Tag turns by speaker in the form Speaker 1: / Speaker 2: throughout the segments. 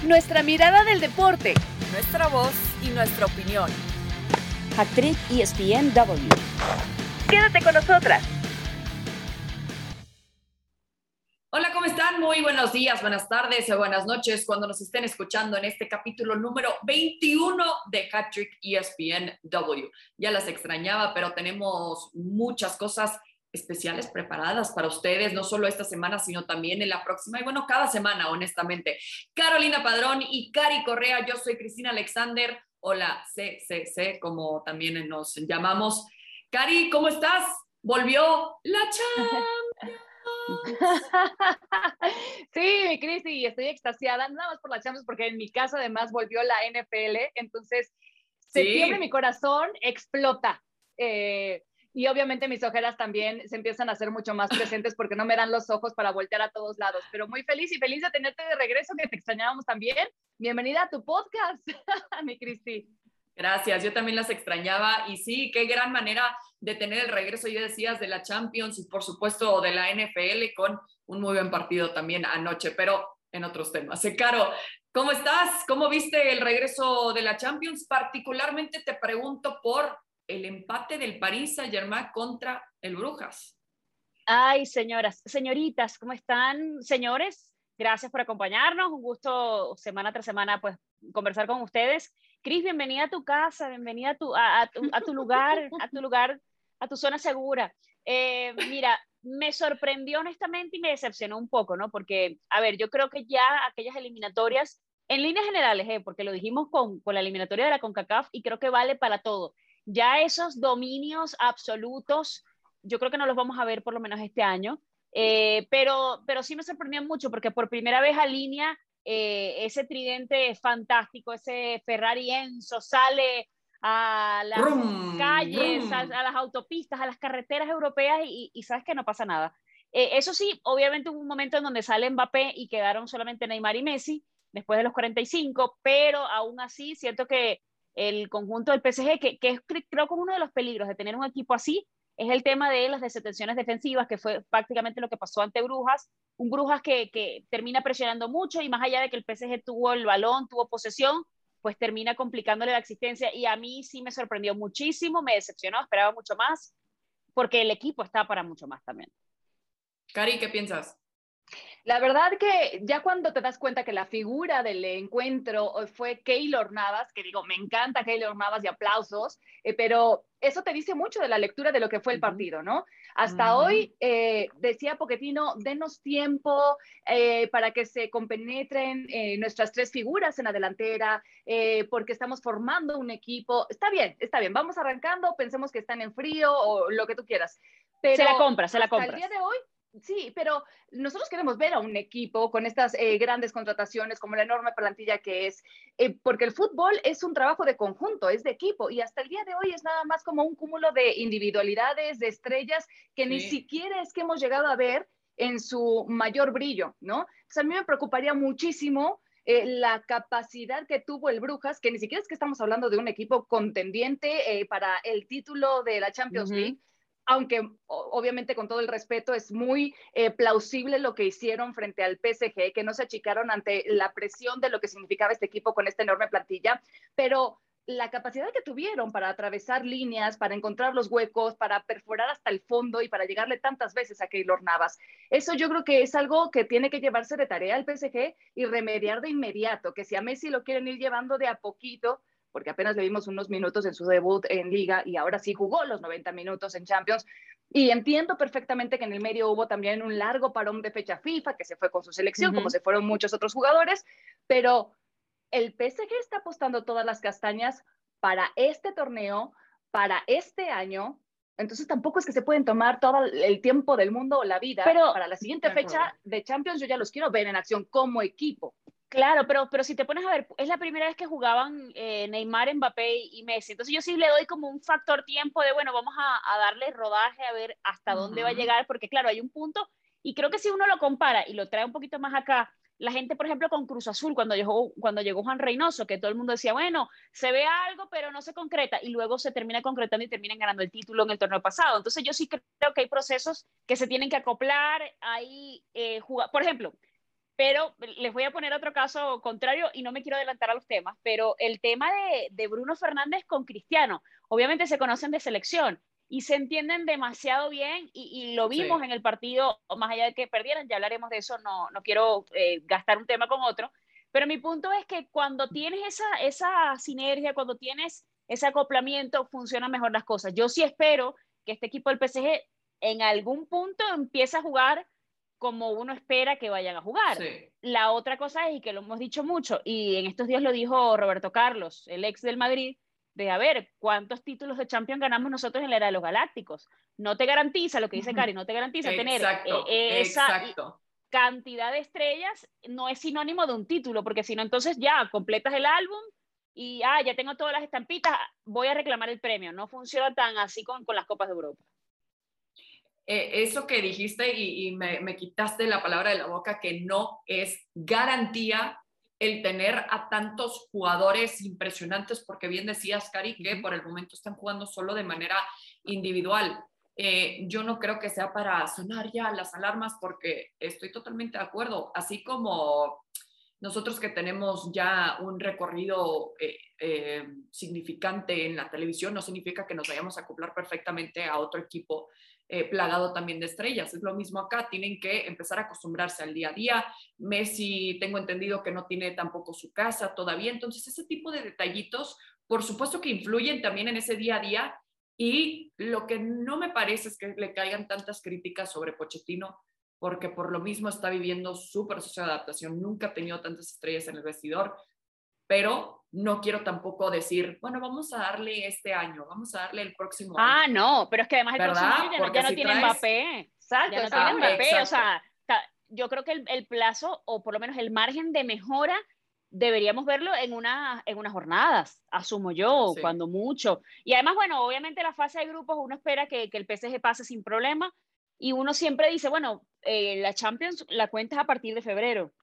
Speaker 1: Nuestra mirada del deporte,
Speaker 2: nuestra voz y nuestra opinión.
Speaker 3: Hat-Trick ESPNW.
Speaker 1: Quédate con nosotras.
Speaker 2: Hola, ¿cómo están? Muy buenos días, buenas tardes o buenas noches cuando nos estén escuchando en este capítulo número 21 de Hat-Trick ESPNW. Ya las extrañaba, pero tenemos muchas cosas especiales preparadas para ustedes, no solo esta semana, sino también en la próxima, y bueno, cada semana, honestamente. Carolina Padrón y Cari Correa, yo soy Cristina Alexander, hola CCC, como también nos llamamos. Cari, ¿cómo estás? Volvió la Champions.
Speaker 4: Sí, mi Cristi, estoy extasiada, nada más por la Champions, porque en mi casa además volvió la NFL, entonces septiembre mi corazón explota. Y obviamente mis ojeras también se empiezan a hacer mucho más presentes porque no me dan los ojos para voltear a todos lados, pero muy feliz y feliz de tenerte de regreso, que te extrañábamos también. Bienvenida a tu podcast, mi Cristi.
Speaker 2: Gracias, yo también las extrañaba y sí, qué gran manera de tener el regreso, ya decías, de la Champions y por supuesto de la NFL con un muy buen partido también anoche, pero en otros temas. Caro, ¿cómo estás? ¿Cómo viste el regreso de la Champions? Particularmente te pregunto por el empate del Paris Saint-Germain contra el Brujas.
Speaker 4: Ay, señoras, señoritas, ¿cómo están? Señores, gracias por acompañarnos. Un gusto semana tras semana pues conversar con ustedes. Cris, bienvenida a tu casa, bienvenida a tu lugar, a tu zona segura. Mira, me sorprendió honestamente y me decepcionó un poco, ¿no? Porque, a ver, yo creo que ya aquellas eliminatorias, en líneas generales, porque lo dijimos con la eliminatoria de la CONCACAF y creo que vale para todo. Ya esos dominios absolutos, yo creo que no los vamos a ver por lo menos este año, pero sí me sorprendió mucho porque por primera vez alinea ese tridente fantástico, ese Ferrari Enzo sale a las calles, a las autopistas, a las carreteras europeas y sabes que no pasa nada. Eso sí, obviamente hubo un momento en donde sale Mbappé y quedaron solamente Neymar y Messi después de los 45, pero aún así siento que el conjunto del PSG, que es creo que uno de los peligros de tener un equipo así, es el tema de las desatenciones defensivas, que fue prácticamente lo que pasó ante Brujas, un Brujas que termina presionando mucho y más allá de que el PSG tuvo el balón, tuvo posesión, pues termina complicándole la existencia y a mí sí me sorprendió muchísimo, me decepcionó, esperaba mucho más, porque el equipo está para mucho más también.
Speaker 2: Cari, ¿qué piensas?
Speaker 4: La verdad que ya cuando te das cuenta que la figura del encuentro fue Keylor Navas, que digo, me encanta Keylor Navas y aplausos, pero eso te dice mucho de la lectura de lo que fue el partido, ¿no? Hasta hoy, decía Pochettino, denos tiempo para que se compenetren nuestras tres figuras en la delantera, porque estamos formando un equipo. Está bien, vamos arrancando, pensemos que están en frío o lo que tú quieras. Pero se la compras. Hasta el día de hoy, sí, pero nosotros queremos ver a un equipo con estas grandes contrataciones, como la enorme plantilla que es, porque el fútbol es un trabajo de conjunto, es de equipo, y hasta el día de hoy es nada más como un cúmulo de individualidades, de estrellas, que ni siquiera es que hemos llegado a ver en su mayor brillo, ¿no? Entonces a mí me preocuparía muchísimo la capacidad que tuvo el Brujas, que ni siquiera es que estamos hablando de un equipo contendiente para el título de la Champions League, aunque obviamente con todo el respeto es muy plausible lo que hicieron frente al PSG, que no se achicaron ante la presión de lo que significaba este equipo con esta enorme plantilla, pero la capacidad que tuvieron para atravesar líneas, para encontrar los huecos, para perforar hasta el fondo y para llegarle tantas veces a Keylor Navas, eso yo creo que es algo que tiene que llevarse de tarea al PSG y remediar de inmediato, que si a Messi lo quieren ir llevando de a poquito, porque apenas le vimos unos minutos en su debut en Liga y ahora sí jugó los 90 minutos en Champions. Y entiendo perfectamente que en el medio hubo también un largo parón de fecha FIFA, que se fue con su selección, como se fueron muchos otros jugadores, pero el PSG está apostando todas las castañas para este torneo, para este año. Entonces tampoco es que se pueden tomar todo el tiempo del mundo o la vida, pero para la siguiente fecha de Champions yo ya los quiero ver en acción como equipo.
Speaker 3: Claro, pero si te pones a ver, es la primera vez que jugaban Neymar, Mbappé y Messi. Entonces yo sí le doy como un factor tiempo de, bueno, vamos a darle rodaje a ver hasta dónde va a llegar, porque claro, hay un punto, y creo que si uno lo compara y lo trae un poquito más acá, la gente, por ejemplo, con Cruz Azul, cuando llegó Juan Reynoso, que todo el mundo decía, bueno, se ve algo, pero no se concreta, y luego se termina concretando y terminan ganando el título en el torneo pasado. Entonces yo sí creo que hay procesos que se tienen que acoplar, por ejemplo, Pero les voy a poner otro caso contrario y no me quiero adelantar a los temas, pero el tema de Bruno Fernández con Cristiano, obviamente se conocen de selección y se entienden demasiado bien y lo vimos
Speaker 2: Sí.
Speaker 3: en el partido, más allá de que perdieran, ya hablaremos de eso, no quiero gastar un tema con otro, pero mi punto es que cuando tienes esa sinergia, cuando tienes ese acoplamiento, funcionan mejor las cosas. Yo sí espero que este equipo del PSG en algún punto empiece a jugar como uno espera que vayan a jugar.
Speaker 2: Sí.
Speaker 3: La otra cosa es, y que lo hemos dicho mucho, y en estos días lo dijo Roberto Carlos, el ex del Madrid, de a ver, ¿cuántos títulos de Champions ganamos nosotros en la era de los Galácticos? No te garantiza, lo que dice Cari, no te garantiza tener esa
Speaker 2: Exacto.
Speaker 3: cantidad de estrellas, no es sinónimo de un título, porque si no, entonces ya completas el álbum y ya tengo todas las estampitas, voy a reclamar el premio. No funciona tan así con las Copas de Europa.
Speaker 2: Eso que dijiste y me quitaste la palabra de la boca, que no es garantía el tener a tantos jugadores impresionantes, porque bien decías, Cari, que por el momento están jugando solo de manera individual. Yo no creo que sea para sonar ya las alarmas, porque estoy totalmente de acuerdo, así como nosotros que tenemos ya un recorrido significante en la televisión, no significa que nos vayamos a acoplar perfectamente a otro equipo plagado también de estrellas. Es lo mismo acá, tienen que empezar a acostumbrarse al día a día. Messi, tengo entendido que no tiene tampoco su casa todavía, entonces ese tipo de detallitos, por supuesto que influyen también en ese día a día, y lo que no me parece es que le caigan tantas críticas sobre Pochettino, porque por lo mismo está viviendo su proceso de adaptación, nunca ha tenido tantas estrellas en el vestidor, pero no quiero tampoco decir, bueno, vamos a darle este año, vamos a darle el próximo año.
Speaker 3: No, pero es que además el próximo año
Speaker 2: ¿Verdad?
Speaker 3: ya no tiene Mbappé.
Speaker 4: Exacto,
Speaker 3: Ya no tiene Mbappé,
Speaker 2: exacto.
Speaker 3: o sea, yo creo que el plazo, o por lo menos el margen de mejora, deberíamos verlo en unas jornadas, asumo yo,
Speaker 2: Sí.
Speaker 3: cuando mucho. Y además, bueno, obviamente la fase de grupos uno espera que el PSG pase sin problema, y uno siempre dice, bueno, la Champions la cuentas a partir de febrero,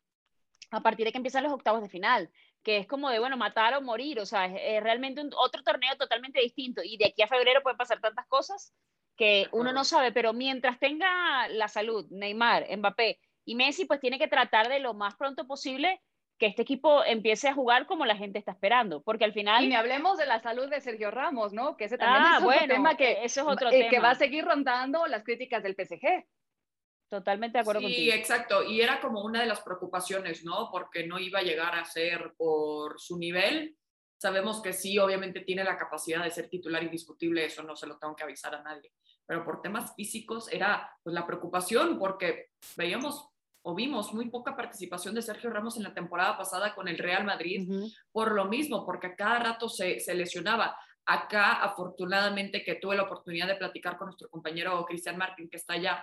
Speaker 3: a partir de que empiezan los octavos de final, que es como de, bueno, matar o morir, o sea, es realmente otro torneo totalmente distinto, y de aquí a febrero pueden pasar tantas cosas que uno no sabe, pero mientras tenga la salud, Neymar, Mbappé y Messi, pues tiene que tratar de lo más pronto posible que este equipo empiece a jugar como la gente está esperando, porque al final...
Speaker 4: Y ni hablemos de la salud de Sergio Ramos, ¿no? Que ese también es otro
Speaker 3: bueno,
Speaker 4: tema
Speaker 3: eso es otro
Speaker 4: que va
Speaker 3: tema.
Speaker 4: a seguir rondando las críticas del PSG.
Speaker 3: Totalmente de acuerdo contigo.
Speaker 2: Sí, exacto. Y era como una de las preocupaciones, ¿no? Porque no iba a llegar a ser por su nivel. Sabemos que sí, obviamente tiene la capacidad de ser titular indiscutible, eso no se lo tengo que avisar a nadie. Pero por temas físicos era pues la preocupación, porque veíamos o vimos muy poca participación de Sergio Ramos en la temporada pasada con el Real Madrid, por lo mismo, porque a cada rato se lesionaba. Acá, afortunadamente, que tuve la oportunidad de platicar con nuestro compañero Cristian Martín, que está allá,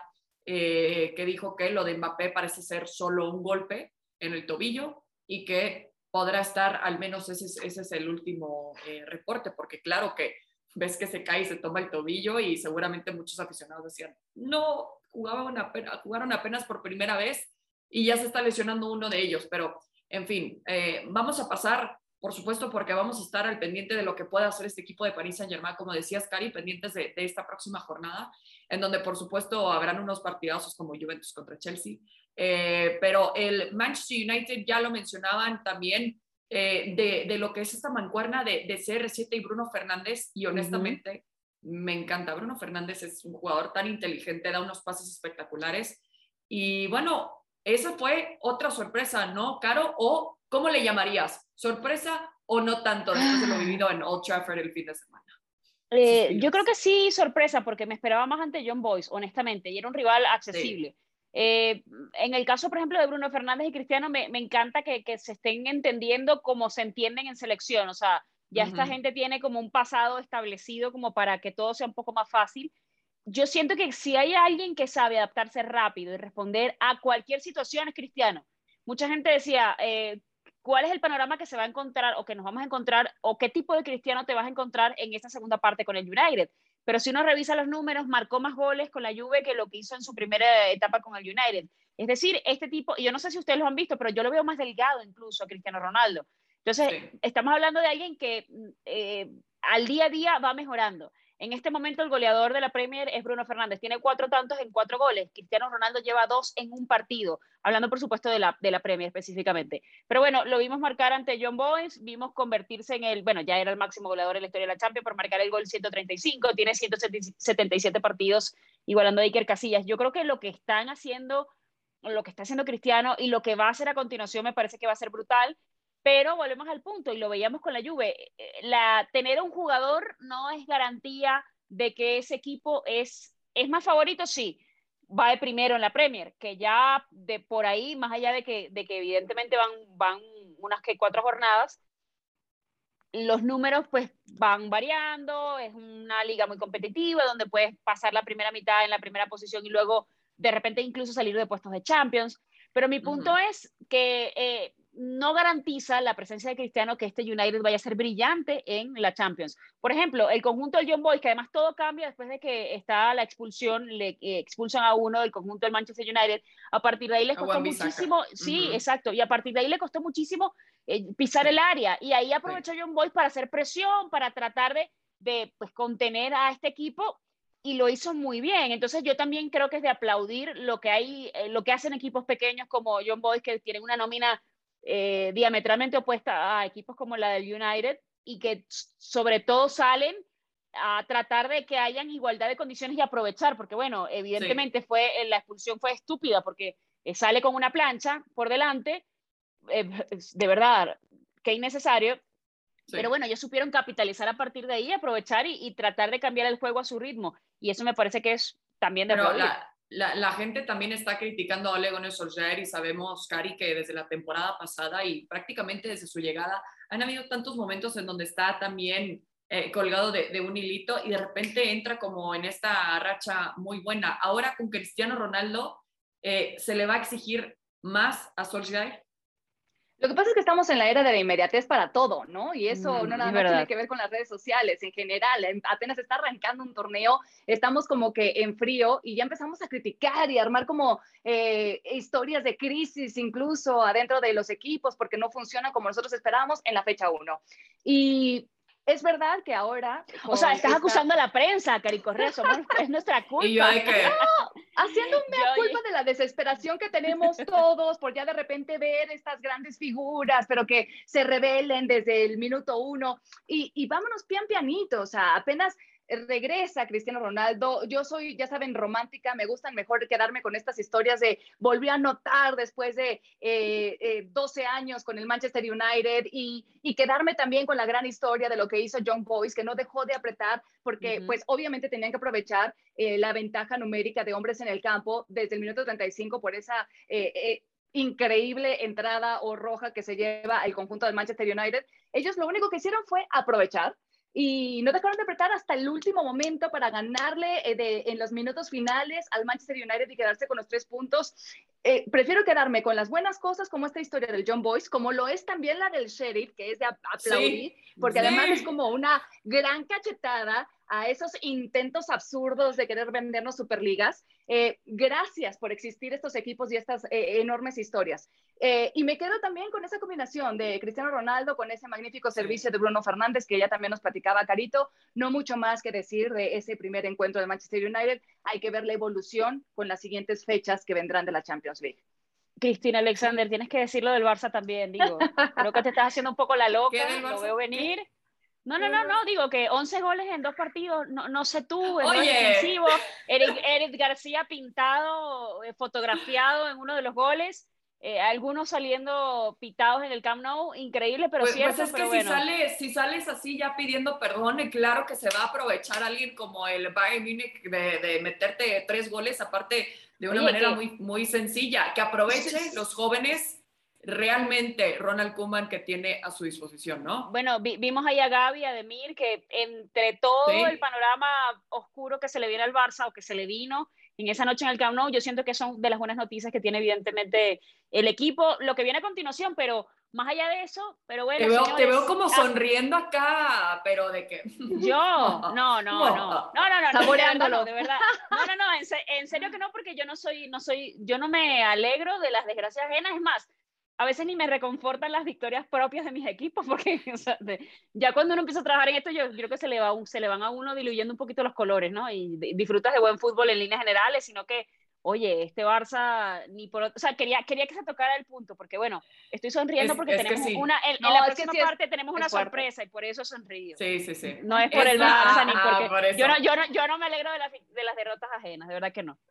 Speaker 2: que dijo que lo de Mbappé parece ser solo un golpe en el tobillo y que podrá estar, al menos ese es el último reporte, porque claro que ves que se cae y se toma el tobillo y seguramente muchos aficionados decían, no, jugaron apenas por primera vez y ya se está lesionando uno de ellos, pero en fin, vamos a pasar, por supuesto, porque vamos a estar al pendiente de lo que pueda hacer este equipo de Paris Saint-Germain, como decías, Cari, pendientes de esta próxima jornada, en donde por supuesto habrán unos partidazos como Juventus contra Chelsea, pero el Manchester United ya lo mencionaban también, de lo que es esta mancuerna de CR7 y Bruno Fernández, y honestamente me encanta. Bruno Fernández es un jugador tan inteligente, da unos pases espectaculares, y bueno, esa fue otra sorpresa, ¿no, Caro? ¿O cómo le llamarías? ¿Sorpresa o no tanto después de lo vivido en Old Trafford el fin de semana?
Speaker 3: Yo creo que sí, sorpresa, porque me esperaba más ante John Boyce, honestamente, y era un rival accesible. Sí. En el caso, por ejemplo, de Bruno Fernández y Cristiano, me encanta que se estén entendiendo como se entienden en selección. O sea, ya esta gente tiene como un pasado establecido como para que todo sea un poco más fácil. Yo siento que si hay alguien que sabe adaptarse rápido y responder a cualquier situación es Cristiano. Mucha gente decía, ¿cuál es el panorama que se va a encontrar o que nos vamos a encontrar o qué tipo de Cristiano te vas a encontrar en esta segunda parte con el United? Pero si uno revisa los números, marcó más goles con la Juve que lo que hizo en su primera etapa con el United. Es decir, este tipo, y yo no sé si ustedes lo han visto, pero yo lo veo más delgado incluso a Cristiano Ronaldo. Entonces, estamos hablando de alguien que al día a día va mejorando. En este momento el goleador de la Premier es Bruno Fernández, tiene 4 tantos en 4 goles. Cristiano Ronaldo lleva 2 en un partido, hablando por supuesto de la Premier específicamente. Pero bueno, lo vimos marcar ante John Boyce, vimos convertirse en ya era el máximo goleador en la historia de la Champions por marcar el gol 135, tiene 177 partidos igualando a Iker Casillas. Yo creo que lo que está haciendo Cristiano y lo que va a hacer a continuación me parece que va a ser brutal. Pero volvemos al punto, y lo veíamos con la Juve, tener un jugador no es garantía de que ese equipo es más favorito, sí, va de primero en la Premier, que ya de por ahí, más allá de que evidentemente van unas 4 jornadas, los números pues van variando, es una liga muy competitiva, donde puedes pasar la primera mitad en la primera posición y luego de repente incluso salir de puestos de Champions. Pero mi punto es que no garantiza la presencia de Cristiano que este United vaya a ser brillante en la Champions. Por ejemplo, el conjunto del Young Boys, que además todo cambia después de que está la expulsión, le expulsan a uno del conjunto del Manchester United. A partir de ahí les costó muchísimo, sí, exacto, y a partir de ahí le costó muchísimo pisar el área, y ahí aprovechó Young Boys para hacer presión, para tratar de pues, contener a este equipo, y lo hizo muy bien. Entonces yo también creo que es de aplaudir lo que hacen equipos pequeños como Young Boys, que tienen una nómina diametralmente opuesta a equipos como la del United, y que sobre todo salen a tratar de que hayan igualdad de condiciones y aprovechar, porque bueno, evidentemente la expulsión fue estúpida, porque sale con una plancha por delante, de verdad, qué innecesario. Sí. Pero bueno, ellos supieron capitalizar a partir de ahí, aprovechar y tratar de cambiar el juego a su ritmo, y eso me parece que es también de aplaudir.
Speaker 2: La gente también está criticando a Ole Gunnar Solskjaer, y sabemos, Cari, que desde la temporada pasada y prácticamente desde su llegada han habido tantos momentos en donde está también colgado de un hilito, y de repente entra como en esta racha muy buena. Ahora con Cristiano Ronaldo, ¿se le va a exigir más a Solskjaer?
Speaker 4: Lo que pasa es que estamos en la era de la inmediatez para todo, ¿no? Y eso no nada más tiene que ver con las redes sociales en general. Apenas está arrancando un torneo, estamos como que en frío y ya empezamos a criticar y armar como historias de crisis incluso adentro de los equipos porque no funcionan como nosotros esperábamos en la fecha 1. Y es verdad que ahora...
Speaker 3: O sea, estás acusando a la prensa, Cari Correa, es nuestra culpa.
Speaker 2: Y yo hay que...
Speaker 4: No, haciendo una culpa de la desesperación que tenemos todos por ya de repente ver estas grandes figuras, pero que se rebelen desde el minuto 1. Y vámonos pianito, o sea, apenas regresa Cristiano Ronaldo. Yo soy, ya saben, romántica, me gustan mejor quedarme con estas historias de volví a anotar después de 12 años con el Manchester United, y quedarme también con la gran historia de lo que hizo Young Boys, que no dejó de apretar porque pues obviamente tenían que aprovechar la ventaja numérica de hombres en el campo desde el minuto 35 por esa increíble entrada o roja que se lleva el conjunto del Manchester United. Ellos lo único que hicieron fue aprovechar y no dejaron de apretar hasta el último momento para ganarle en los minutos finales al Manchester United y quedarse con los 3 puntos. Prefiero quedarme con las buenas cosas como esta historia del Young Boys, como lo es también la del Sheriff, que es de aplaudir, porque además es como una gran cachetada a esos intentos absurdos de querer vendernos superligas. Gracias por existir estos equipos y estas enormes historias. Y me quedo también con esa combinación de Cristiano Ronaldo con ese magnífico servicio de Bruno Fernández, que ya también nos platicaba Carito. No mucho más que decir de ese primer encuentro del Manchester United. Hay que ver la evolución con las siguientes fechas que vendrán de la Champions League.
Speaker 3: Cristina Alexander, tienes que decirlo del Barça también, digo. Creo que te estás haciendo un poco la loca, lo veo venir. No, digo que 11 goles en 2 partidos, no sé tú, es defensivo. Eric García pintado, fotografiado en uno de los goles, algunos saliendo pitados en el Camp Nou, increíble, pero cierto.
Speaker 2: Pues es que
Speaker 3: pero
Speaker 2: si sales así ya pidiendo perdón, claro que se va a aprovechar alguien como el Bayern Múnich de meterte 3 goles, aparte de una manera muy sencilla, que aproveche los jóvenes realmente Ronald Koeman que tiene a su disposición, ¿no?
Speaker 3: Bueno, vimos ahí a Gavi, a Demir, que entre todo el panorama oscuro que se le viene al Barça o que se le vino en esa noche en el Camp Nou, yo siento que son de las buenas noticias que tiene evidentemente el equipo, lo que viene a continuación, pero más allá de eso, pero bueno.
Speaker 2: Te veo como sonriendo acá, pero ¿de qué?
Speaker 3: Yo, no, saboreándolo, de verdad. No, en serio que no, porque yo no me alegro de las desgracias ajenas, es más, a veces ni me reconfortan las victorias propias de mis equipos, porque o sea, ya cuando uno empieza a trabajar en esto, yo creo que se le van a uno diluyendo un poquito los colores, ¿no? Y disfrutas de buen fútbol en líneas generales, sino que, oye, este Barça, ni por, o sea, quería que se tocara el punto, porque bueno, estoy sonriendo porque
Speaker 2: Es que
Speaker 3: tenemos
Speaker 2: sí.
Speaker 3: en
Speaker 4: No,
Speaker 3: la
Speaker 4: es que
Speaker 3: próxima
Speaker 4: sí es
Speaker 3: parte tenemos una
Speaker 4: fuerte.
Speaker 3: sorpresa y por eso sonrío.
Speaker 2: Sí, sí, sí.
Speaker 3: No es por el
Speaker 2: Esa-
Speaker 3: Barça ni porque
Speaker 2: por eso.
Speaker 3: yo no me alegro de las derrotas ajenas, de verdad que no.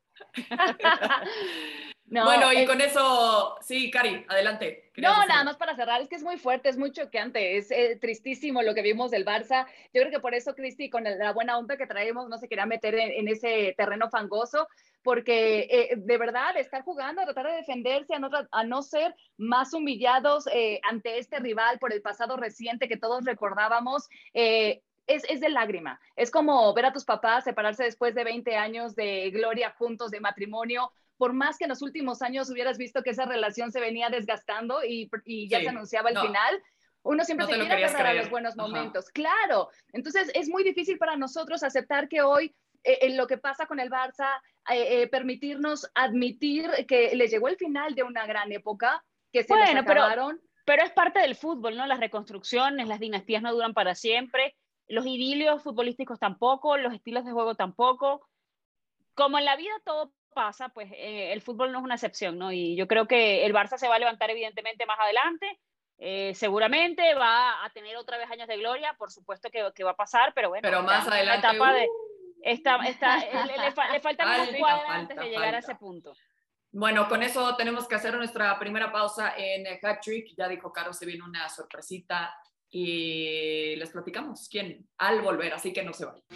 Speaker 4: No,
Speaker 2: Bueno, y con eso, sí, Cari, adelante.
Speaker 4: No,
Speaker 2: Querías
Speaker 4: nada
Speaker 2: decirme.
Speaker 4: más para cerrar, es que es muy fuerte, es muy choqueante, es tristísimo lo que vimos del Barça. Yo creo que por eso Cristi, con la buena onda que traemos, no se quería meter en ese terreno fangoso, porque de verdad estar jugando, tratar de defenderse, a no ser más humillados ante este rival por el pasado reciente que todos recordábamos. Es de lágrima. Es como ver a tus papás separarse después de 20 años de gloria juntos, de matrimonio. Por más que en los últimos años hubieras visto que esa relación se venía desgastando y ya se anunciaba el final, uno siempre
Speaker 2: no
Speaker 4: se
Speaker 2: te lo
Speaker 4: quiere
Speaker 2: querías
Speaker 4: aferrar a
Speaker 2: creer.
Speaker 4: los buenos
Speaker 2: Ajá.
Speaker 4: momentos. Claro. Entonces es muy difícil para nosotros aceptar que hoy lo que pasa con el Barça, permitirnos admitir que le llegó el final de una gran época, que se les acabaron.
Speaker 3: Pero es parte del fútbol, ¿no? Las reconstrucciones, las dinastías no duran para siempre, los idilios futbolísticos tampoco, los estilos de juego tampoco. Como en la vida todo pasa, pues el fútbol no es una excepción, ¿no? Y yo creo que el Barça se va a levantar evidentemente más adelante, seguramente va a tener otra vez años de gloria, por supuesto que va a pasar, pero bueno,
Speaker 2: pero más adelante,
Speaker 3: una etapa le faltan unos cuadrantes de llegar a ese punto.
Speaker 2: Bueno, con eso tenemos que hacer nuestra primera pausa en Hat Trick. Ya dijo Caro, se viene una sorpresita y les platicamos quién al volver, así que no se vayan.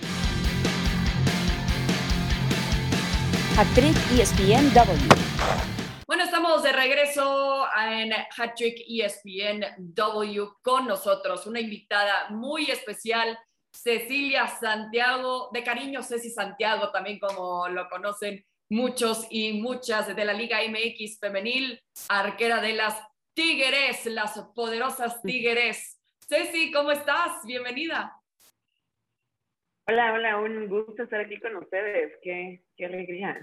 Speaker 1: Hat-Trick ESPN-W.
Speaker 2: Bueno, estamos de regreso en Hat Trick ESPN-W con nosotros, una invitada muy especial, Cecilia Santiago, de cariño Ceci Santiago, también como lo conocen muchos y muchas de la Liga MX femenil, arquera de las Tigres, las poderosas Tigres. Ceci, ¿cómo estás? Bienvenida.
Speaker 5: Hola, un gusto estar aquí con ustedes, qué alegría.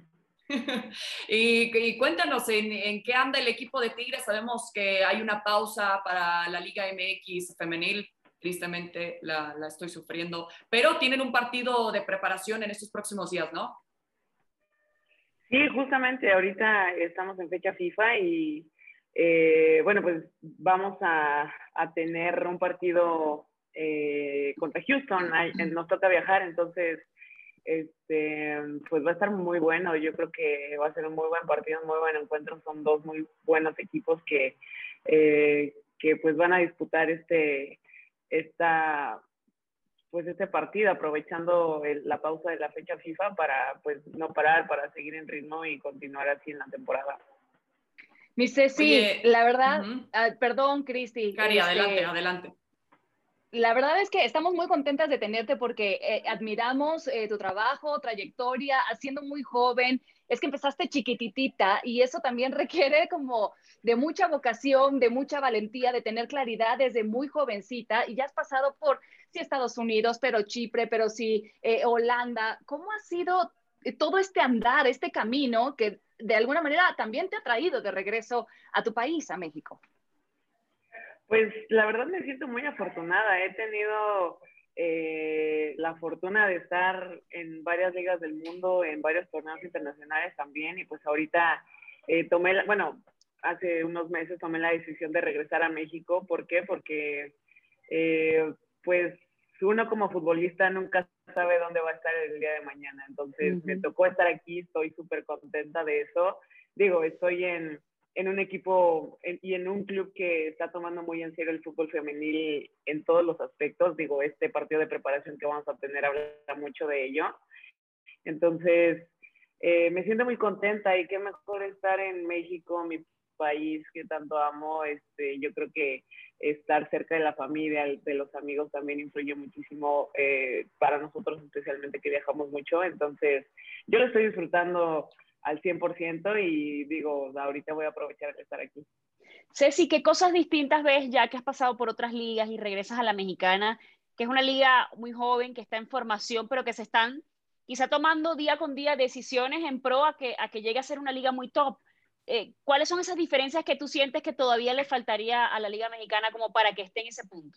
Speaker 2: Y cuéntanos, ¿en qué anda el equipo de Tigres? Sabemos que hay una pausa para la Liga MX femenil, tristemente la estoy sufriendo, pero tienen un partido de preparación en estos próximos días, ¿no?
Speaker 5: Sí, justamente ahorita estamos en fecha FIFA y bueno, pues vamos a tener un partido contra Houston, nos toca viajar, entonces pues va a estar muy bueno. Yo creo que va a ser un muy buen partido, un muy buen encuentro. Son dos muy buenos equipos que pues van a disputar este partido, aprovechando la pausa de la fecha FIFA para pues no parar, para seguir en ritmo y continuar así en la temporada.
Speaker 4: Mi Ceci,
Speaker 2: Oye,
Speaker 4: la verdad, perdón, Cristi.
Speaker 2: Cari, adelante.
Speaker 4: La verdad es que estamos muy contentas de tenerte porque admiramos tu trabajo, trayectoria, siendo muy joven. Es que empezaste chiquititita y eso también requiere como de mucha vocación, de mucha valentía, de tener claridad desde muy jovencita, y ya has pasado por, sí, Estados Unidos, pero Chipre, pero sí, Holanda. ¿Cómo ha sido todo este andar, este camino que de alguna manera también te ha traído de regreso a tu país, a México?
Speaker 5: Pues la verdad me siento muy afortunada. He tenido la fortuna de estar en varias ligas del mundo, en varios torneos internacionales también, y pues ahorita hace unos meses tomé la decisión de regresar a México. ¿Por qué? Porque pues uno como futbolista nunca sabe dónde va a estar el día de mañana. Entonces me tocó estar aquí, estoy súper contenta de eso. Digo, estoy en un equipo y en un club que está tomando muy en serio el fútbol femenil en todos los aspectos. Digo, este partido de preparación que vamos a tener habla mucho de ello. Entonces, me siento muy contenta, y qué mejor estar en México, mi país que tanto amo. Yo creo que estar cerca de la familia, de los amigos, también influye muchísimo para nosotros, especialmente que viajamos mucho. Entonces, yo lo estoy disfrutando al 100% y digo, ahorita voy a aprovechar de estar aquí.
Speaker 3: Ceci, ¿qué cosas distintas ves ya que has pasado por otras ligas y regresas a la mexicana, que es una liga muy joven, que está en formación, pero que se están quizá tomando día con día decisiones en pro a que llegue a ser una liga muy top? ¿cuáles son esas diferencias que tú sientes que todavía le faltaría a la Liga Mexicana como para que esté en ese punto?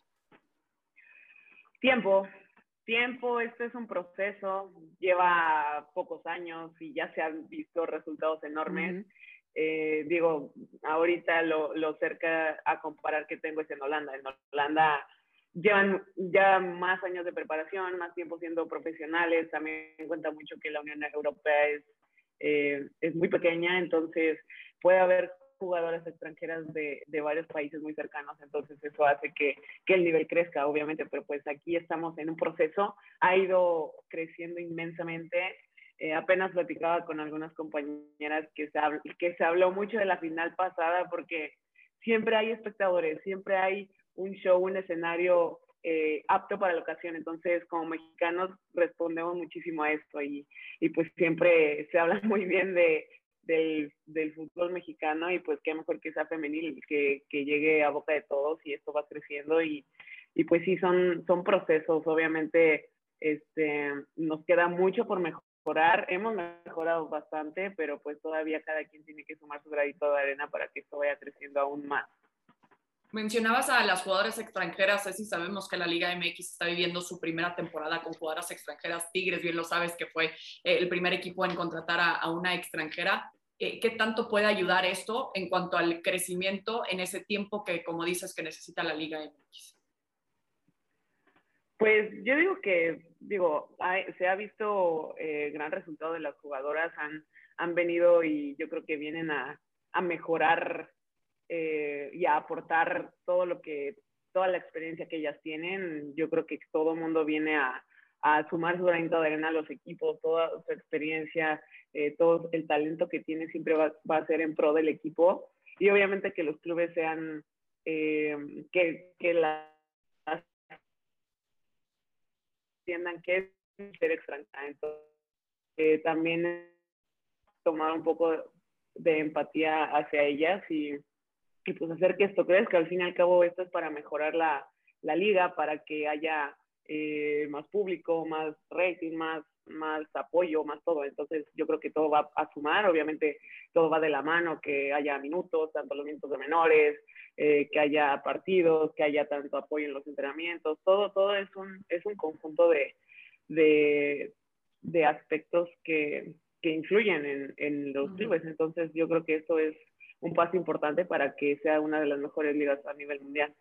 Speaker 5: Tiempo, esto es un proceso, lleva pocos años y ya se han visto resultados enormes. Digo, ahorita lo cerca a comparar que tengo es en Holanda. En Holanda llevan ya más años de preparación, más tiempo siendo profesionales. También cuenta mucho que la Unión Europea es muy pequeña, entonces puede haber jugadoras extranjeras de varios países muy cercanos, entonces eso hace que el nivel crezca, obviamente, pero pues aquí estamos en un proceso, ha ido creciendo inmensamente. Apenas platicaba con algunas compañeras que se habló mucho de la final pasada porque siempre hay espectadores, siempre hay un show, un escenario apto para la ocasión. Entonces, como mexicanos, respondemos muchísimo a esto y pues siempre se habla muy bien del fútbol mexicano y pues qué mejor que sea femenil, que llegue a boca de todos y esto va creciendo y pues sí, son procesos. Obviamente, nos queda mucho por mejorar. Hemos mejorado bastante, pero pues todavía cada quien tiene que sumar su granito de arena para que esto vaya creciendo aún más.
Speaker 2: Mencionabas a las jugadoras extranjeras, Ceci, sabemos que la Liga MX está viviendo su primera temporada con jugadoras extranjeras. Tigres, bien lo sabes, que fue el primer equipo en contratar a una extranjera. ¿Qué tanto puede ayudar esto en cuanto al crecimiento en ese tiempo que, como dices, que necesita la Liga MX?
Speaker 5: Pues yo se ha visto gran resultado de las jugadoras, han venido y yo creo que vienen a mejorar y a aportar toda la experiencia que ellas tienen. Yo creo que todo el mundo viene a sumar su granito de arena a los equipos, toda su experiencia, todo el talento que tiene siempre va a ser en pro del equipo. Y obviamente que los clubes sean, que las entiendan que es ser extranjera. Entonces, también tomar un poco de empatía hacia ellas y pues hacer que esto crezca. Al fin y al cabo esto es para mejorar la liga, para que haya más público, más rating, más apoyo, más todo. Entonces yo creo que todo va a sumar, obviamente todo va de la mano, que haya minutos, tanto los minutos de menores, que haya partidos, que haya tanto apoyo en los entrenamientos, todo es un conjunto de aspectos que influyen en los clubes. Entonces yo creo que eso es un paso importante para que sea una de las mejores ligas a nivel mundial.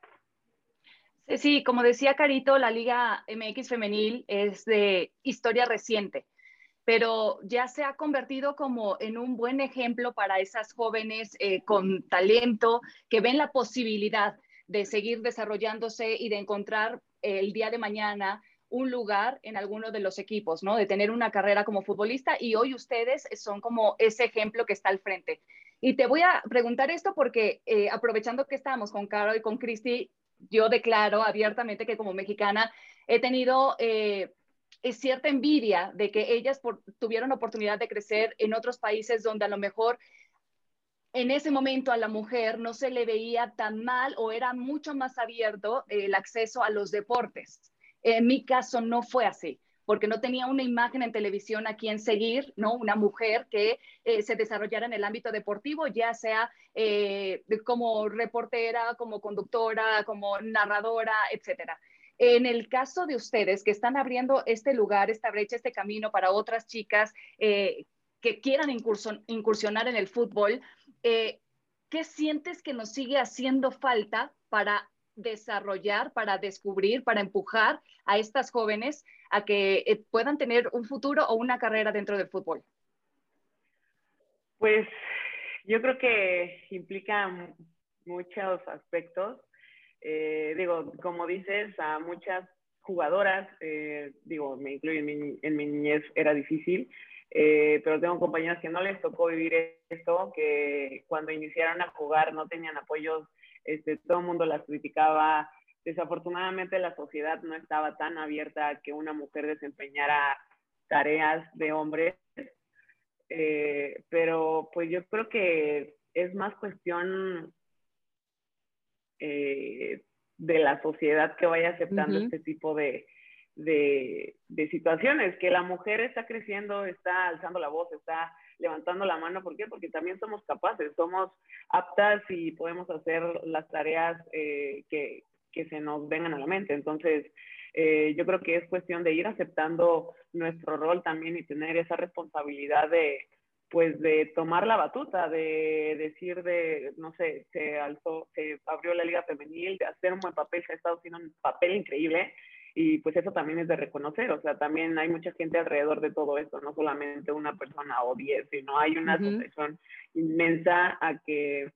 Speaker 4: Sí, como decía Carito, la Liga MX femenil es de historia reciente, pero ya se ha convertido como en un buen ejemplo para esas jóvenes con talento que ven la posibilidad de seguir desarrollándose y de encontrar el día de mañana un lugar en alguno de los equipos, ¿no? De tener una carrera como futbolista, y hoy ustedes son como ese ejemplo que está al frente. Y te voy a preguntar esto porque aprovechando que estábamos con Caro y con Cristi, yo declaro abiertamente que como mexicana he tenido cierta envidia de que ellas tuvieron oportunidad de crecer en otros países donde a lo mejor en ese momento a la mujer no se le veía tan mal o era mucho más abierto el acceso a los deportes. En mi caso no fue así, porque no tenía una imagen en televisión a quien seguir, ¿no? Una mujer que se desarrollara en el ámbito deportivo, ya sea como reportera, como conductora, como narradora, etcétera. En el caso de ustedes que están abriendo este lugar, esta brecha, este camino para otras chicas que quieran incursionar en el fútbol, ¿qué sientes que nos sigue haciendo falta para desarrollar, para descubrir, para empujar a estas jóvenes a que puedan tener un futuro o una carrera dentro del fútbol?
Speaker 5: Pues yo creo que implica muchos aspectos. Como dices, a muchas jugadoras, me incluyo en mi niñez, era difícil, pero tengo compañeros que no les tocó vivir esto, que cuando iniciaron a jugar no tenían apoyos, todo el mundo las criticaba. Desafortunadamente la sociedad no estaba tan abierta a que una mujer desempeñara tareas de hombres, pero pues yo creo que es más cuestión de la sociedad que vaya aceptando este tipo de de situaciones, que la mujer está creciendo, está alzando la voz, está levantando la mano. ¿Por qué? Porque también somos capaces, somos aptas y podemos hacer las tareas que se nos vengan a la mente. Entonces, yo creo que es cuestión de ir aceptando nuestro rol también y tener esa responsabilidad de, pues, de tomar la batuta, de decir, no sé, se abrió la liga femenil, de hacer un buen papel, se ha estado haciendo un papel increíble, y pues eso también es de reconocer. O sea, también hay mucha gente alrededor de todo esto, no solamente una persona o 10, sino hay una asociación inmensa a que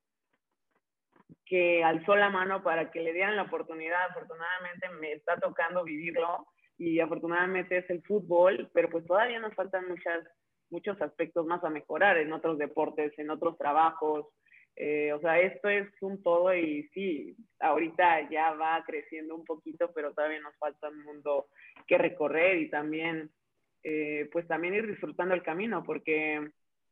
Speaker 5: alzó la mano para que le dieran la oportunidad. Afortunadamente me está tocando vivirlo, y afortunadamente es el fútbol, pero pues todavía nos faltan muchos aspectos más a mejorar en otros deportes, en otros trabajos. O sea, esto es un todo, y sí, ahorita ya va creciendo un poquito, pero todavía nos falta un mundo que recorrer, y también, pues también ir disfrutando el camino, porque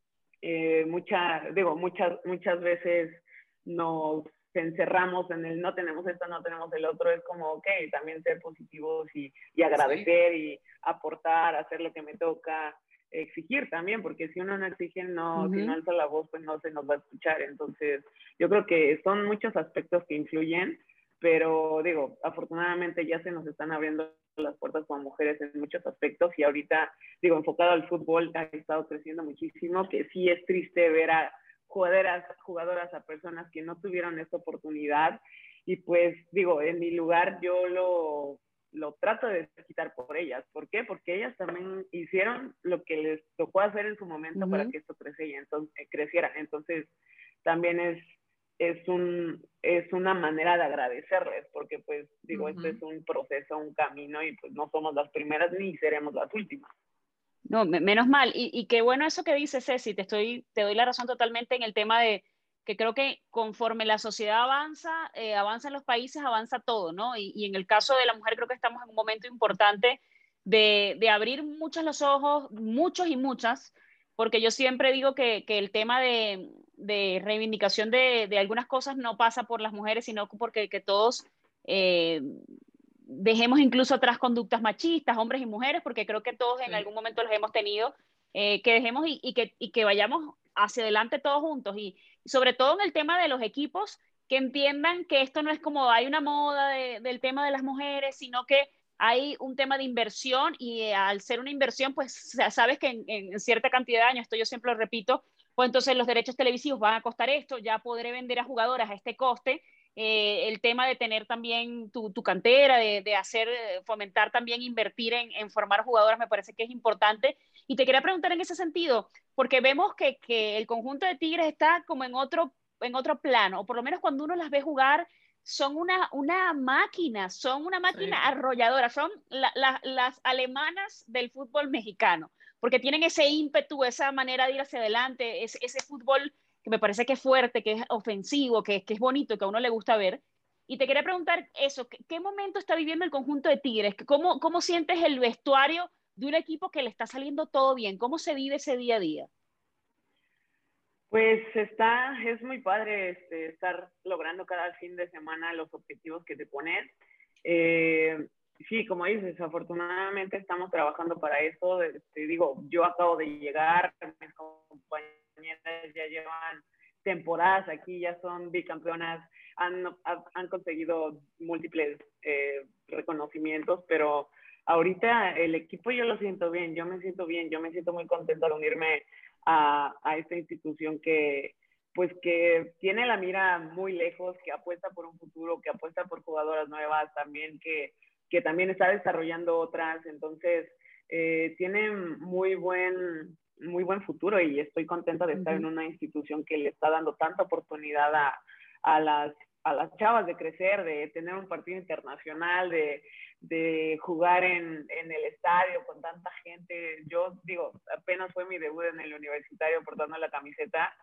Speaker 5: muchas veces nos encerramos en el no tenemos esto, no tenemos el otro. Es como, ok, también ser positivos y agradecer, y aportar, hacer lo que me toca, exigir también, porque si uno no exige, si no alza la voz, pues no se nos va a escuchar. Entonces, yo creo que son muchos aspectos que influyen, pero digo, afortunadamente ya se nos están abriendo las puertas como mujeres en muchos aspectos, y ahorita, digo, enfocado al fútbol, ha estado creciendo muchísimo, que sí es triste ver a jugadoras, a personas que no tuvieron esta oportunidad, y pues digo, en mi lugar yo lo trato de quitar por ellas. ¿Por qué? Porque ellas también hicieron lo que les tocó hacer en su momento para que esto creciera. Entonces, también es una manera de agradecerles, porque pues digo, esto es un proceso, un camino, y pues no somos las primeras ni seremos las últimas.
Speaker 3: No, menos mal. Y qué bueno eso que dice Ceci, te doy la razón totalmente en el tema de que creo que conforme la sociedad avanza, avanzan los países, avanza todo, ¿no? Y en el caso de la mujer creo que estamos en un momento importante de abrir muchos los ojos, muchos y muchas, porque yo siempre digo que el tema de reivindicación de algunas cosas no pasa por las mujeres, sino porque que todos dejemos incluso atrás conductas machistas, hombres y mujeres, porque creo que todos en algún momento los hemos tenido, que dejemos y que vayamos hacia adelante todos juntos, y sobre todo en el tema de los equipos, que entiendan que esto no es como hay una moda del tema de las mujeres, sino que hay un tema de inversión, y al ser una inversión, pues sabes que en cierta cantidad de años, esto yo siempre lo repito, pues entonces los derechos televisivos van a costar esto, ya podré vender a jugadoras a este coste. El tema de tener también tu cantera, de hacer, fomentar también, invertir en formar jugadoras, me parece que es importante. Y te quería preguntar en ese sentido, porque vemos que el conjunto de Tigres está como en otro plano, o por lo menos cuando uno las ve jugar, son una máquina arrolladora, son las alemanas del fútbol mexicano, porque tienen ese ímpetu, esa manera de ir hacia adelante, ese fútbol que me parece que es fuerte, que es ofensivo, que es bonito, que a uno le gusta ver. Y te quería preguntar eso, ¿qué momento está viviendo el conjunto de Tigres? ¿Cómo sientes el vestuario de un equipo que le está saliendo todo bien? ¿Cómo se vive ese día a día?
Speaker 5: Pues es muy padre estar logrando cada fin de semana los objetivos que te pones. Sí, como dices, afortunadamente estamos trabajando para eso. Digo, yo acabo de llegar, mis compañeras ya llevan temporadas aquí, ya son bicampeonas, han conseguido múltiples reconocimientos, pero ahorita el equipo yo lo siento bien, yo me siento muy contenta de unirme a esta institución que tiene la mira muy lejos, que apuesta por un futuro, que apuesta por jugadoras nuevas también, que también está desarrollando otras. Entonces, tiene muy buen futuro, y estoy contenta de estar en una institución que le está dando tanta oportunidad a las chavas de crecer, de tener un partido internacional, de jugar en el estadio con tanta gente. Yo digo, apenas fue mi debut en el universitario portando la camiseta,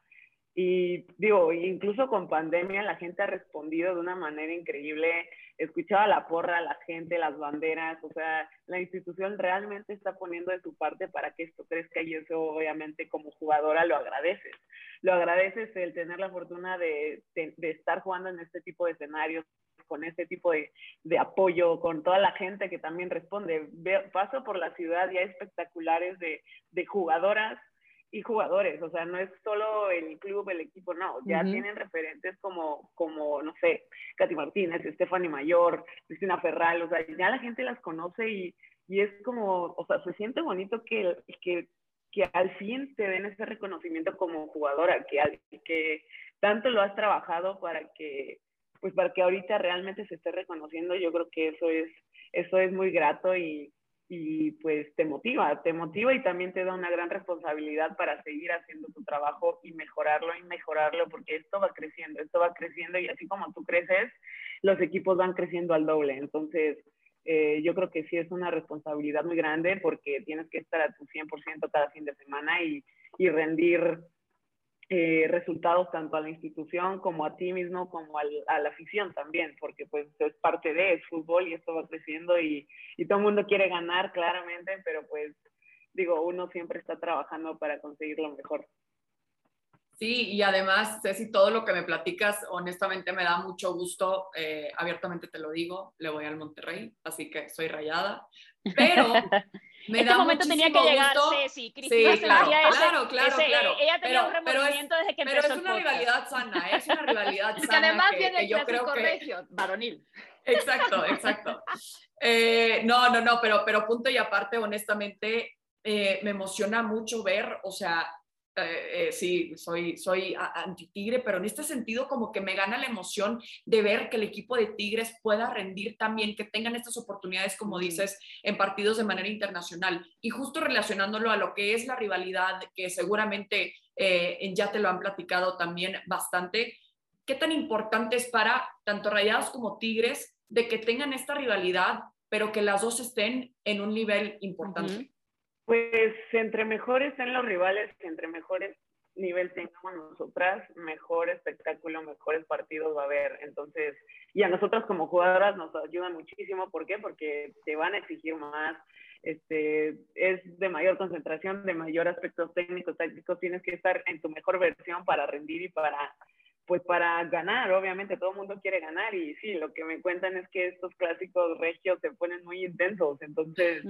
Speaker 5: Y digo, incluso con pandemia la gente ha respondido de una manera increíble. Escuchaba la porra, la gente, las banderas, o sea, la institución realmente está poniendo de su parte para que esto crezca y eso obviamente como jugadora lo agradeces. Lo agradeces el tener la fortuna de estar jugando en este tipo de escenarios, con este tipo de apoyo, con toda la gente que también responde. Paso por la ciudad y hay espectaculares de jugadoras y jugadores, o sea, no es solo el club, el equipo, no, ya tienen referentes como, no sé, Katy Martínez, Stephanie Mayor, Cristina Ferral, o sea, ya la gente las conoce y es como, o sea, se siente bonito que al fin te den ese reconocimiento como jugadora, que tanto lo has trabajado para que ahorita realmente se esté reconociendo. Yo creo que eso es muy grato y pues te motiva y también te da una gran responsabilidad para seguir haciendo tu trabajo y mejorarlo, porque esto va creciendo y así como tú creces, los equipos van creciendo al doble. Entonces, yo creo que sí es una responsabilidad muy grande porque tienes que estar a tu 100% cada fin de semana y rendir resultados tanto a la institución como a ti mismo, como a la afición también, porque pues es parte es fútbol y esto va creciendo y todo el mundo quiere ganar claramente, pero pues digo, uno siempre está trabajando para conseguir lo mejor.
Speaker 2: Sí, y además, Ceci, todo lo que me platicas, honestamente me da mucho gusto, abiertamente te lo digo, le voy al Monterrey, así que soy rayada, pero me da
Speaker 3: momento tenía que llegar
Speaker 2: gusto.
Speaker 3: Ceci, Cristina
Speaker 2: Sí, claro,
Speaker 3: claro. Ella tenía un remordimiento desde que empezó
Speaker 2: el podcast. Pero es una rivalidad sana, es una rivalidad sana.
Speaker 4: Que además viene el
Speaker 2: yo creo
Speaker 4: clásico regio, varonil.
Speaker 2: Exacto. No, pero punto y aparte, honestamente, me emociona mucho ver, o sea, sí, soy anti-Tigre, pero en este sentido como que me gana la emoción de ver que el equipo de Tigres pueda rendir también, que tengan estas oportunidades, como dices, en partidos de manera internacional. Y justo relacionándolo a lo que es la rivalidad, que seguramente ya te lo han platicado también bastante, ¿qué tan importante es para tanto Rayados como Tigres de que tengan esta rivalidad, pero que las dos estén en un nivel importante?
Speaker 5: Pues entre mejores estén los rivales, entre mejores nivel tengamos nosotras, mejor espectáculo, mejores partidos va a haber. Entonces, y a nosotras como jugadoras nos ayuda muchísimo. ¿Por qué? Porque te van a exigir más, es de mayor concentración, de mayor aspectos técnicos, tácticos. Tienes que estar en tu mejor versión para rendir y para ganar. Obviamente todo el mundo quiere ganar y sí, lo que me cuentan es que estos clásicos regios se ponen muy intensos. Entonces,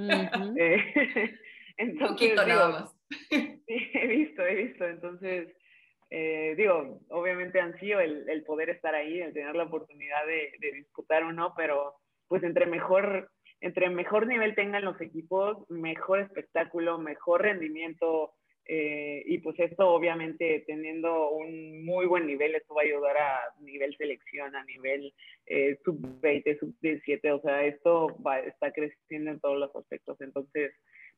Speaker 2: un poquito nada más.
Speaker 5: Sí, he visto. Entonces, digo, obviamente ansío el poder estar ahí, el tener la oportunidad de disputar uno, pero pues entre mejor nivel tengan los equipos, mejor espectáculo, mejor rendimiento, y pues esto obviamente teniendo un muy buen nivel, esto va a ayudar a nivel selección, a nivel sub-20, sub-17, o sea, esto está creciendo en todos los aspectos. Entonces,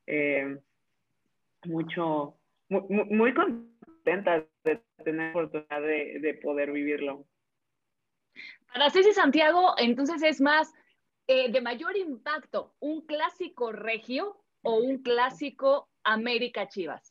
Speaker 5: muy contenta de tener la oportunidad de poder vivirlo.
Speaker 4: Para Ceci Santiago, entonces es más de mayor impacto, ¿un clásico regio o un clásico América Chivas?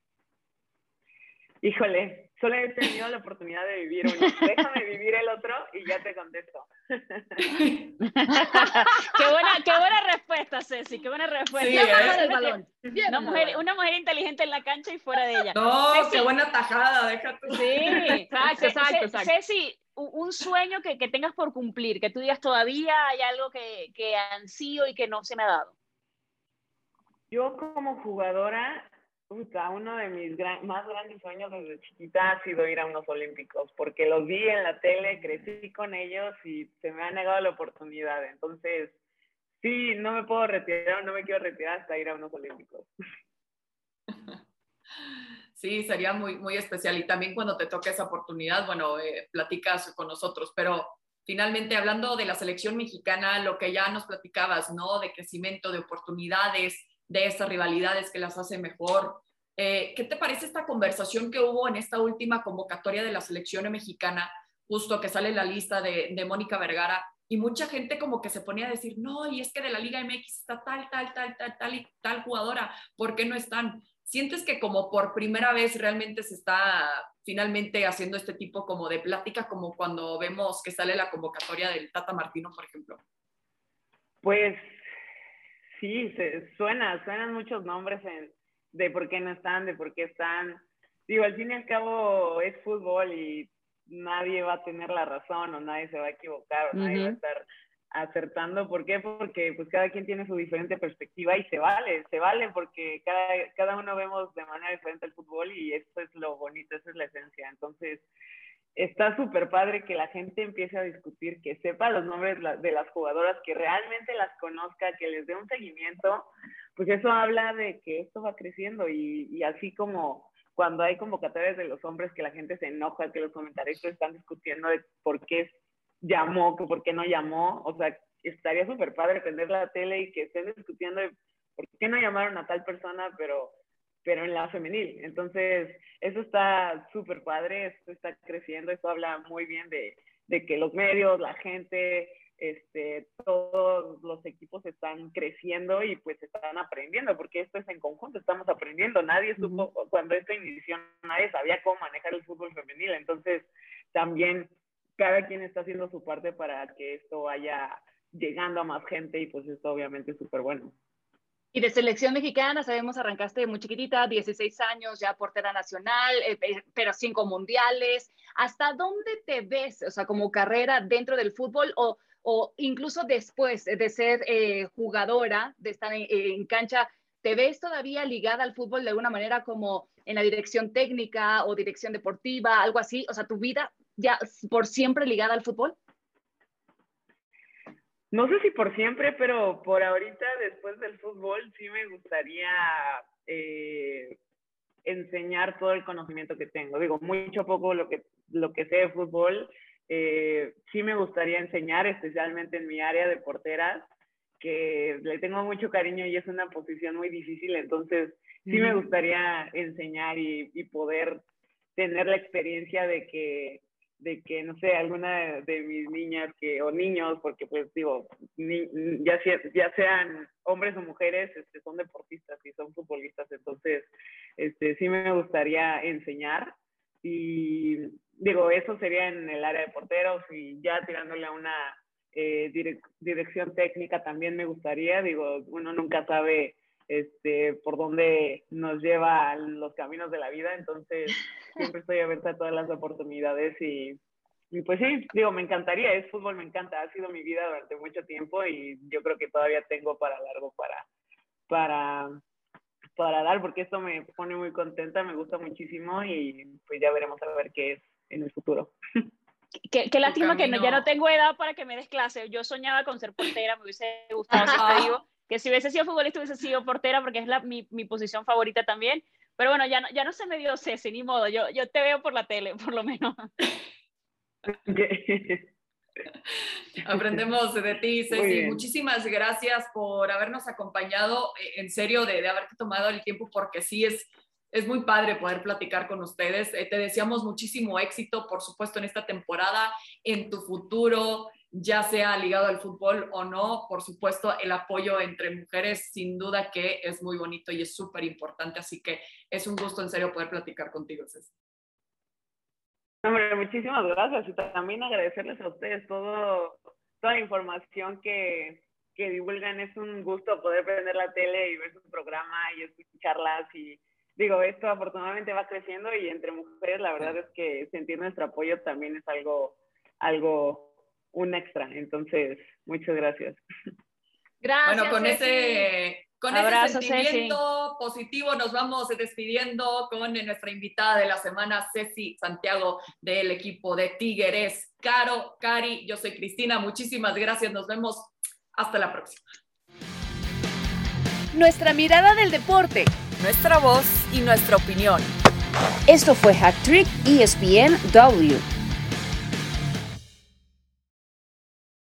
Speaker 5: Híjole, solo he tenido la oportunidad de vivir uno. Déjame vivir el otro y ya te contesto.
Speaker 3: Qué buena respuesta, Ceci, qué buena respuesta.
Speaker 2: Sí,
Speaker 4: del balón.
Speaker 3: Una mujer inteligente en la cancha y fuera de ella.
Speaker 2: No,
Speaker 3: Ceci,
Speaker 2: qué buena tajada, déjate.
Speaker 3: Sí,
Speaker 4: exacto.
Speaker 3: Ceci, un sueño que tengas por cumplir, que tú digas todavía hay algo que ansío y que no se me ha dado.
Speaker 5: Yo como jugadora, uno de mis más grandes sueños desde chiquita ha sido ir a unos olímpicos, porque los vi en la tele, crecí con ellos y se me ha negado la oportunidad. Entonces, sí, no me puedo retirar, no me quiero retirar hasta ir a unos olímpicos.
Speaker 2: Sí, sería muy, muy especial. Y también cuando te toque esa oportunidad, bueno, platicas con nosotros. Pero finalmente, hablando de la selección mexicana, lo que ya nos platicabas, ¿no? De crecimiento, de oportunidades, de estas rivalidades que las hace mejor. ¿Qué te parece esta conversación que hubo en esta última convocatoria de la selección mexicana, justo que sale la lista de Mónica Vergara, y mucha gente como que se ponía a decir, no, y es que de la Liga MX está tal jugadora, ¿por qué no están? ¿Sientes que como por primera vez realmente se está finalmente haciendo este tipo como de plática, como cuando vemos que sale la convocatoria del Tata Martino, por ejemplo?
Speaker 5: Pues sí, suenan muchos nombres de por qué no están, de por qué están. Digo, al fin y al cabo es fútbol y nadie va a tener la razón o nadie se va a equivocar o nadie va a estar acertando. ¿Por qué? Porque pues cada quien tiene su diferente perspectiva y se vale porque cada uno vemos de manera diferente el fútbol y eso es lo bonito, esa es la esencia. Entonces, está súper padre que la gente empiece a discutir, que sepa los nombres de las jugadoras, que realmente las conozca, que les dé un seguimiento, pues eso habla de que esto va creciendo y así como cuando hay convocatorias de los hombres que la gente se enoja, que los comentaristas están discutiendo de por qué llamó, que por qué no llamó, o sea, estaría súper padre prender la tele y que estén discutiendo de por qué no llamaron a tal persona, pero en la femenil. Entonces, eso está súper padre, esto está creciendo, esto habla muy bien de que los medios, la gente, todos los equipos están creciendo y pues están aprendiendo, porque esto es en conjunto, estamos aprendiendo. Nadie supo, cuando esto inició, nadie sabía cómo manejar el fútbol femenil. Entonces, también cada quien está haciendo su parte para que esto vaya llegando a más gente y pues esto obviamente es súper bueno.
Speaker 4: Y de selección mexicana, sabemos, arrancaste muy chiquitita, 16 años, ya portera nacional, pero 5 mundiales. ¿Hasta dónde te ves, o sea, como carrera dentro del fútbol o incluso después de ser jugadora, de estar en cancha? ¿Te ves todavía ligada al fútbol de alguna manera como en la dirección técnica o dirección deportiva, algo así? O sea, ¿tu vida ya por siempre ligada al fútbol?
Speaker 5: No sé si por siempre, pero por ahorita, después del fútbol, sí me gustaría enseñar todo el conocimiento que tengo. Digo, mucho o poco lo que sé de fútbol, sí me gustaría enseñar, especialmente en mi área de porteras, que le tengo mucho cariño y es una posición muy difícil. Entonces, sí me gustaría enseñar y poder tener la experiencia de que, no sé, alguna de mis niñas o niños, porque pues digo, ya sean hombres o mujeres, son deportistas y son futbolistas. Entonces, sí me gustaría enseñar y digo, eso sería en el área de porteros y ya tirándole a una dirección técnica también me gustaría. Digo, uno nunca sabe por dónde nos lleva los caminos de la vida, entonces siempre estoy abierta a todas las oportunidades y pues sí, digo, me encantaría, fútbol me encanta, ha sido mi vida durante mucho tiempo y yo creo que todavía tengo para largo para dar, porque esto me pone muy contenta, me gusta muchísimo y pues ya veremos a ver qué es en el futuro.
Speaker 3: Qué lástima que ya no tengo edad para que me des clase. Yo soñaba con ser portera, me hubiese gustado, siempre digo que si hubiese sido futbolista hubiese sido portera porque es mi posición favorita también. Pero bueno, ya no se me dio Ceci, ni modo. Yo te veo por la tele, por lo menos.
Speaker 2: Aprendemos de ti, Ceci. Muchísimas gracias por habernos acompañado, en serio, de haberte tomado el tiempo, porque sí es muy padre poder platicar con ustedes. Te deseamos muchísimo éxito, por supuesto, en esta temporada, en tu futuro, ya sea ligado al fútbol o no. Por supuesto, el apoyo entre mujeres, sin duda que es muy bonito y es súper importante. Así que es un gusto, en serio, poder platicar contigo, Ceci.
Speaker 5: Hombre, muchísimas gracias y también agradecerles a ustedes toda la información que divulgan. Es un gusto poder prender la tele y ver su programa y escucharlas y digo, esto afortunadamente va creciendo y entre mujeres la verdad es que sentir nuestro apoyo también es un extra. Entonces, muchas gracias.
Speaker 4: Gracias.
Speaker 2: Bueno, con ese sentimiento
Speaker 3: Ceci.
Speaker 2: positivo nos vamos despidiendo con nuestra invitada de la semana, Ceci Santiago, del equipo de Tigres. Cari, yo soy Cristina, muchísimas gracias, nos vemos hasta la próxima.
Speaker 1: Nuestra mirada del deporte,
Speaker 6: nuestra voz y nuestra opinión.
Speaker 1: Esto fue Hat Trick ESPN W.